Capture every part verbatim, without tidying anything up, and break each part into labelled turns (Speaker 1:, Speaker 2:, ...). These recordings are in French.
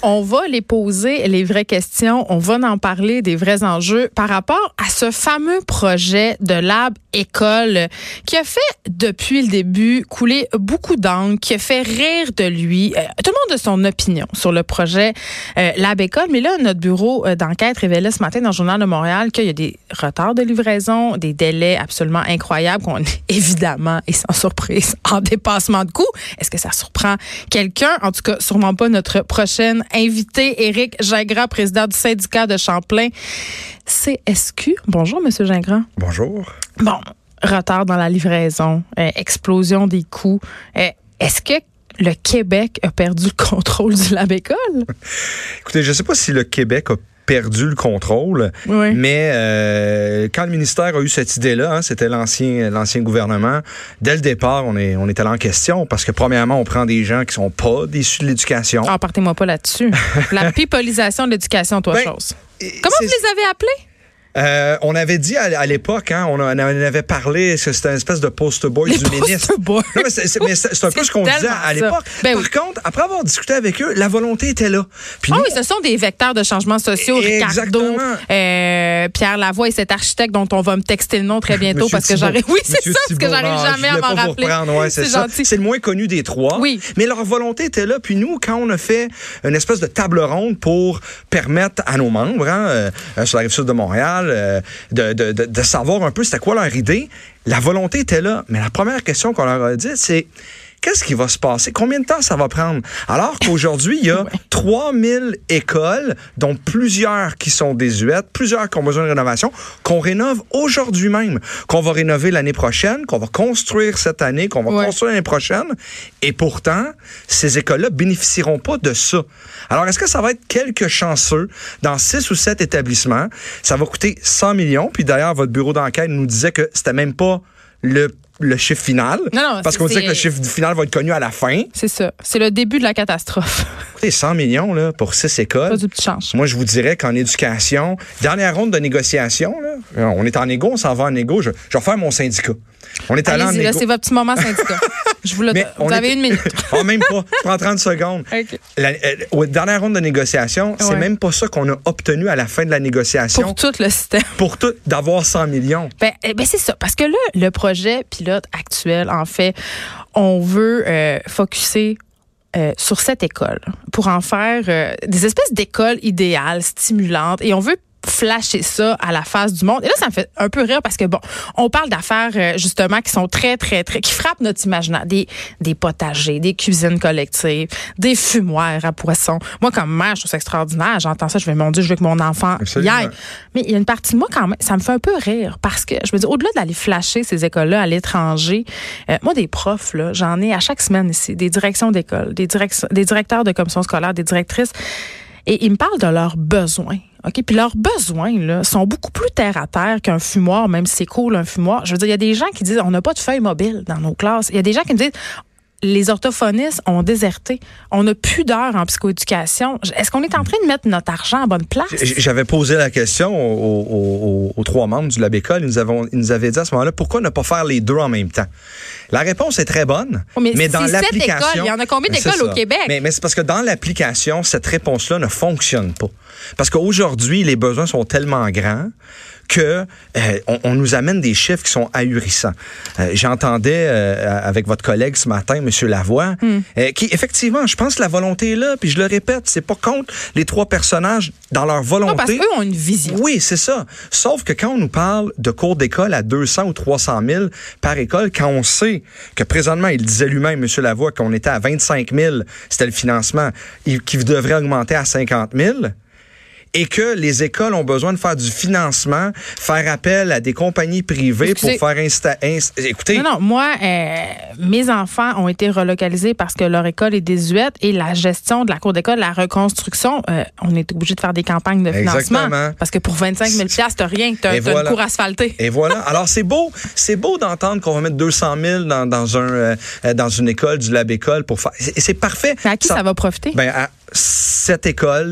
Speaker 1: On va les poser, les vraies questions. On va en parler des vrais enjeux par rapport à ce fameux projet de Lab École qui a fait, depuis le début, couler beaucoup d'encre, qui a fait rire de lui. Euh, tout le monde a son opinion sur le projet euh, Lab École. Mais là, notre bureau euh, d'enquête révélait ce matin dans le Journal de Montréal qu'il y a des retards de livraison, des délais absolument incroyables qu'on est évidemment et sans surprise en dépassement de coûts. Est-ce que ça surprend quelqu'un? En tout cas, sûrement pas notre prochaine invité, Éric Gingras, président du syndicat de Champlain C S Q. Bonjour, Monsieur Gingras.
Speaker 2: Bonjour.
Speaker 1: Bon, retard dans la livraison, euh, explosion des coûts. Euh, est-ce que le Québec a perdu le contrôle du Lab École?
Speaker 2: Écoutez, je ne sais pas si le Québec a perdu le contrôle, oui. mais euh, quand le ministère a eu cette idée-là, hein, c'était l'ancien l'ancien gouvernement, dès le départ, on est on est allé en question parce que premièrement, on prend des gens qui sont pas issus de l'éducation.
Speaker 1: Ah, partez-moi pas là-dessus. La pipolisation de l'éducation, toi, ben, chose. Comment vous les avez appelés?
Speaker 2: Euh, on avait dit à, à l'époque, hein, on, a, on avait parlé, que c'était une espèce de poster boy
Speaker 1: Les
Speaker 2: du ministre.
Speaker 1: Boy.
Speaker 2: Non, mais c'est, c'est, mais c'est, c'est un peu ce qu'on disait à l'époque.
Speaker 1: Ben
Speaker 2: Par
Speaker 1: oui.
Speaker 2: contre, après avoir discuté avec eux, la volonté était là.
Speaker 1: Puis ah nous, oui, ce sont des vecteurs de changements sociaux. Ricardo, euh, Pierre Lavoie et cet architecte dont on va me texter le nom très bientôt parce que j'arrive. Oui, c'est
Speaker 2: Monsieur
Speaker 1: ça, parce que j'arrive jamais à m'en rappeler.
Speaker 2: Ouais, c'est, c'est ça. Gentil. C'est le moins connu des trois.
Speaker 1: Oui.
Speaker 2: Mais leur volonté était là. Puis nous, quand on a fait une espèce de table ronde pour permettre à nos membres, hein, euh, sur la rive sud de Montréal, euh, de De, de, de savoir un peu c'était quoi leur idée. La volonté était là. Mais la première question qu'on leur a dit, c'est qu'est-ce qui va se passer? Combien de temps ça va prendre? Alors qu'aujourd'hui, il y a ouais. trois mille écoles, dont plusieurs qui sont désuètes, plusieurs qui ont besoin de rénovation, qu'on rénove aujourd'hui même, qu'on va rénover l'année prochaine, qu'on va construire cette année, qu'on va ouais. construire l'année prochaine. Et pourtant, ces écoles-là bénéficieront pas de ça. Alors, est-ce que ça va être quelques chanceux dans six ou sept établissements? Ça va coûter cent millions. Puis d'ailleurs, votre bureau d'enquête nous disait que c'était même pas le le chiffre final.
Speaker 1: Non, non,
Speaker 2: parce qu'on disait que le chiffre final va être connu à la fin.
Speaker 1: C'est ça. C'est le début de la catastrophe.
Speaker 2: Écoutez, cent millions là, pour six écoles.
Speaker 1: Pas du petit change.
Speaker 2: Moi, je vous dirais qu'en éducation, dernière ronde de négociation, là, on est en égo, on s'en va en égo. Je, je vais faire mon syndicat. On est allé en égo.
Speaker 1: Là, c'est votre petit moment syndicat. Je vous le
Speaker 2: Mais
Speaker 1: vous avez
Speaker 2: était...
Speaker 1: une minute.
Speaker 2: Oh, même pas. Je prends trente secondes.
Speaker 1: Okay.
Speaker 2: La euh, dernière ronde de négociation, ouais. c'est même pas ça qu'on a obtenu à la fin de la négociation.
Speaker 1: Pour tout le système.
Speaker 2: Pour tout, d'avoir cent millions.
Speaker 1: Ben, ben c'est ça. Parce que là, le projet pilote actuel, en fait, on veut euh, focusser euh, sur cette école pour en faire euh, des espèces d'écoles idéales, stimulantes. Et on veut flasher ça à la face du monde. Et là, ça me fait un peu rire parce que, bon, on parle d'affaires, euh, justement, qui sont très, très, très, qui frappent notre imaginaire. Des, des potagers, des cuisines collectives, des fumoirs à poissons. Moi, comme mère, je trouve ça extraordinaire. J'entends ça, je vais, mon Dieu, je veux que mon enfant y aille. Mais il y a une partie de moi, quand même, ça me fait un peu rire parce que, je me dis, au-delà d'aller flasher ces écoles-là à l'étranger, euh, moi, des profs, là, j'en ai à chaque semaine ici, des directions d'école, des, direct, des directeurs de commission scolaire, des directrices, et ils me parlent de leurs besoins. OK, puis leurs besoins là sont beaucoup plus terre à terre qu'un fumoir, même si c'est cool un fumoir. Je veux dire, il y a des gens qui disent on n'a pas de feuilles mobiles dans nos classes. Il y a des gens qui me disent les orthophonistes ont déserté. On n'a plus d'heures en psychoéducation. Est-ce qu'on est en train de mettre notre argent à bonne place?
Speaker 2: J'avais posé la question aux, aux, aux trois membres du Lab École. Ils nous, avons, ils nous avaient dit à ce moment-là, pourquoi ne pas faire les deux en même temps? La réponse est très bonne, oh, mais, mais dans l'application...
Speaker 1: Écoles. Il y en a combien d'écoles au Québec?
Speaker 2: Mais, mais c'est parce que dans l'application, cette réponse-là ne fonctionne pas. Parce qu'aujourd'hui, les besoins sont tellement grands que euh, on, on nous amène des chiffres qui sont ahurissants. Euh, j'entendais euh, avec votre collègue ce matin, M. Lavoie, mm. euh, qui, effectivement, je pense que la volonté est là, puis je le répète, c'est pas contre les trois personnages dans leur volonté.
Speaker 1: Non, parce qu'eux ont une vision.
Speaker 2: Oui, c'est ça. Sauf que quand on nous parle de cours d'école à deux cents ou trois cent mille par école, quand on sait que présentement, il disait lui-même, M. Lavoie, qu'on était à vingt-cinq mille, c'était le financement, qui devrait augmenter à cinquante mille, et que les écoles ont besoin de faire du financement, faire appel à des compagnies privées Excusez. pour faire insta... Inst... Écoutez...
Speaker 1: Non, non, moi, euh, mes enfants ont été relocalisés parce que leur école est désuète et la gestion de la cour d'école, la reconstruction, euh, on est obligé de faire des campagnes de financement.
Speaker 2: Exactement.
Speaker 1: Parce que pour vingt-cinq mille dollars, t'as rien, t'as, t'as voilà. une cour asphaltée.
Speaker 2: Et voilà. Alors, c'est beau, c'est beau d'entendre qu'on va mettre deux cent mille dans, dans, un, euh, dans une école, du Lab École pour faire... C'est, c'est parfait.
Speaker 1: Mais à qui ça, ça va profiter?
Speaker 2: Ben, à cette école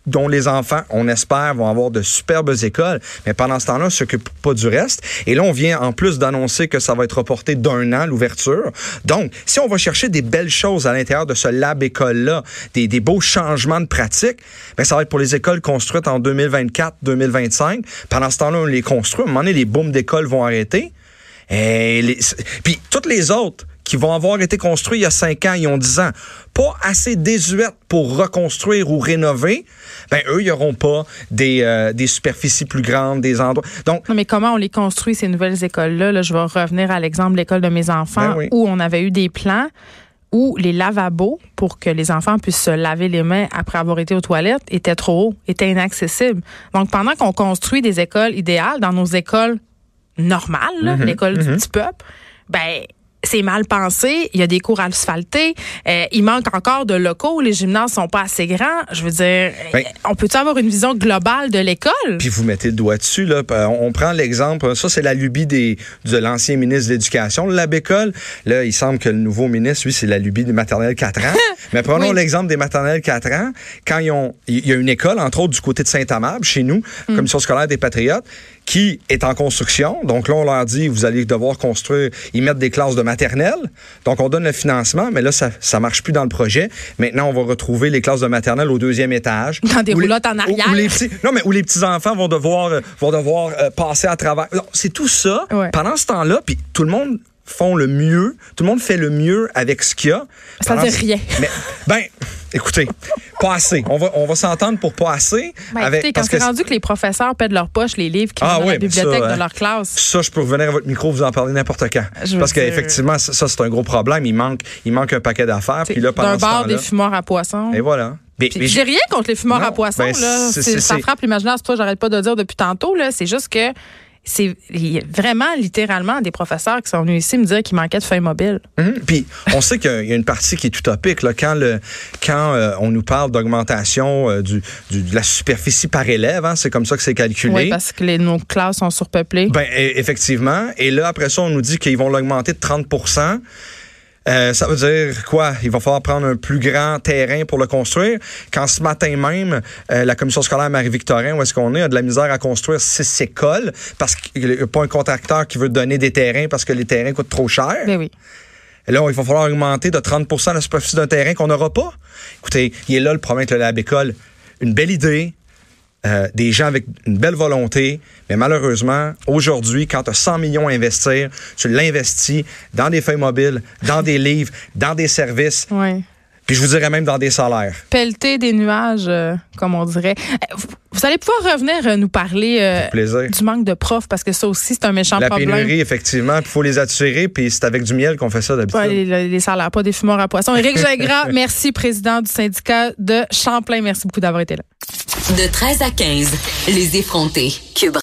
Speaker 2: dont les enfants, on espère, vont avoir de superbes écoles. Mais pendant ce temps-là, on ne s'occupe pas du reste. Et là, on vient en plus d'annoncer que ça va être reporté d'un an, l'ouverture. Donc, si on va chercher des belles choses à l'intérieur de ce lab-école-là, des, des beaux changements de pratique, bien, ça va être pour les écoles construites en deux mille vingt-quatre deux mille vingt-cinq. Pendant ce temps-là, on les construit. À un moment donné, les booms d'écoles vont arrêter. Et les... Puis, toutes les autres qui vont avoir été construits il y a cinq ans, ils ont dix ans, pas assez désuètes pour reconstruire ou rénover, ben eux, ils n'auront pas des, euh, des superficies plus grandes, des endroits. Donc,
Speaker 1: non, mais comment on les construit, ces nouvelles écoles-là? Là, je vais revenir à l'exemple de l'école de mes enfants, ben oui. où on avait eu des plans où les lavabos, pour que les enfants puissent se laver les mains après avoir été aux toilettes, étaient trop hauts, étaient inaccessibles. Donc, pendant qu'on construit des écoles idéales dans nos écoles normales, là, mm-hmm, l'école mm-hmm. du petit peuple, ben c'est mal pensé, il y a des cours asphaltés, euh, il manque encore de locaux, les gymnases sont pas assez grands. Je veux dire, ben, on peut-tu avoir une vision globale de l'école?
Speaker 2: Puis vous mettez le doigt dessus, là. On prend l'exemple, ça c'est la lubie des, de l'ancien ministre de l'Éducation, le Lab-École. Là, il semble que le nouveau ministre, lui, c'est la lubie des maternelles quatre ans. Mais prenons oui. l'exemple des maternelles quatre ans. Quand ils ont, il y a une école, entre autres, du côté de Saint-Amable, chez nous, mm. Commission scolaire des Patriotes, qui est en construction. Donc là, on leur dit, vous allez devoir construire, ils mettent des classes de maternelle. Donc, on donne le financement, mais là, ça ça marche plus dans le projet. Maintenant, on va retrouver les classes de maternelle au deuxième étage.
Speaker 1: Dans des roulottes en arrière.
Speaker 2: Où, où les petits, non, mais où les petits-enfants vont devoir, euh, vont devoir euh, passer à travers. Non, c'est tout ça. Ouais. Pendant ce temps-là, puis tout le monde font le mieux. Tout le monde fait le mieux avec ce qu'il y a.
Speaker 1: Ça veut dire rien.
Speaker 2: Mais, ben, écoutez, pas assez. On va, on va s'entendre pour pas assez.
Speaker 1: Ben, avec, écoutez, quand c'est rendu que les professeurs paient de leur poche les livres qui ah, vont dans oui, la bibliothèque ça, de leur classe.
Speaker 2: Ça, je peux revenir à votre micro, vous en parler n'importe quand. Je Parce qu'effectivement, ça, ça, c'est un gros problème. Il manque, il manque un paquet d'affaires. Puis là, pendant
Speaker 1: d'un bar des fumoirs à poissons.
Speaker 2: Et voilà.
Speaker 1: Mais, mais j'ai rien contre les fumoirs non, à poissons. Ben, là. C'est, c'est, ça c'est... frappe l'imaginaire. C'est toi, j'arrête pas de dire depuis tantôt. Là. C'est juste que c'est vraiment littéralement des professeurs qui sont venus ici me dire qu'il manquait de feuilles mobiles.
Speaker 2: Mmh. Puis on sait qu'il y a une partie qui est utopique là, quand le quand euh, on nous parle d'augmentation euh, du, du de la superficie par élève, hein, c'est comme ça que c'est calculé.
Speaker 1: Oui, parce que les, nos classes sont surpeuplées.
Speaker 2: Ben effectivement. Et là après ça, on nous dit qu'ils vont l'augmenter de trente pour cent. Euh, ça veut dire quoi? Il va falloir prendre un plus grand terrain pour le construire. Quand ce matin même, euh, la commission scolaire Marie-Victorin, où est-ce qu'on est, a de la misère à construire six écoles parce qu'il n'y a pas un contracteur qui veut donner des terrains parce que les terrains coûtent trop cher.
Speaker 1: Ben oui.
Speaker 2: Et là, il va falloir augmenter de trente pour cent la superficie d'un terrain qu'on n'aura pas. Écoutez, il est là le problème avec le Lab-École. Une belle idée. Euh, des gens avec une belle volonté, mais malheureusement, aujourd'hui, quand tu as cent millions à investir, tu l'investis dans des feuilles mobiles, dans des livres, dans des services,
Speaker 1: oui.
Speaker 2: Puis je vous dirais même dans des salaires.
Speaker 1: Pelleter des nuages, euh, comme on dirait. Vous, vous allez pouvoir revenir euh, nous parler euh, du manque de profs, parce que ça aussi, c'est un méchant
Speaker 2: La
Speaker 1: problème.
Speaker 2: La pénurie, effectivement, puis il faut les attirer, puis c'est avec du miel qu'on fait ça d'habitude.
Speaker 1: Ouais, les, les salaires, pas des fumoirs à poissons. Éric Gingras, merci, président du syndicat de Champlain. Merci beaucoup d'avoir été là.
Speaker 3: De treize à quinze, les effrontés. Cube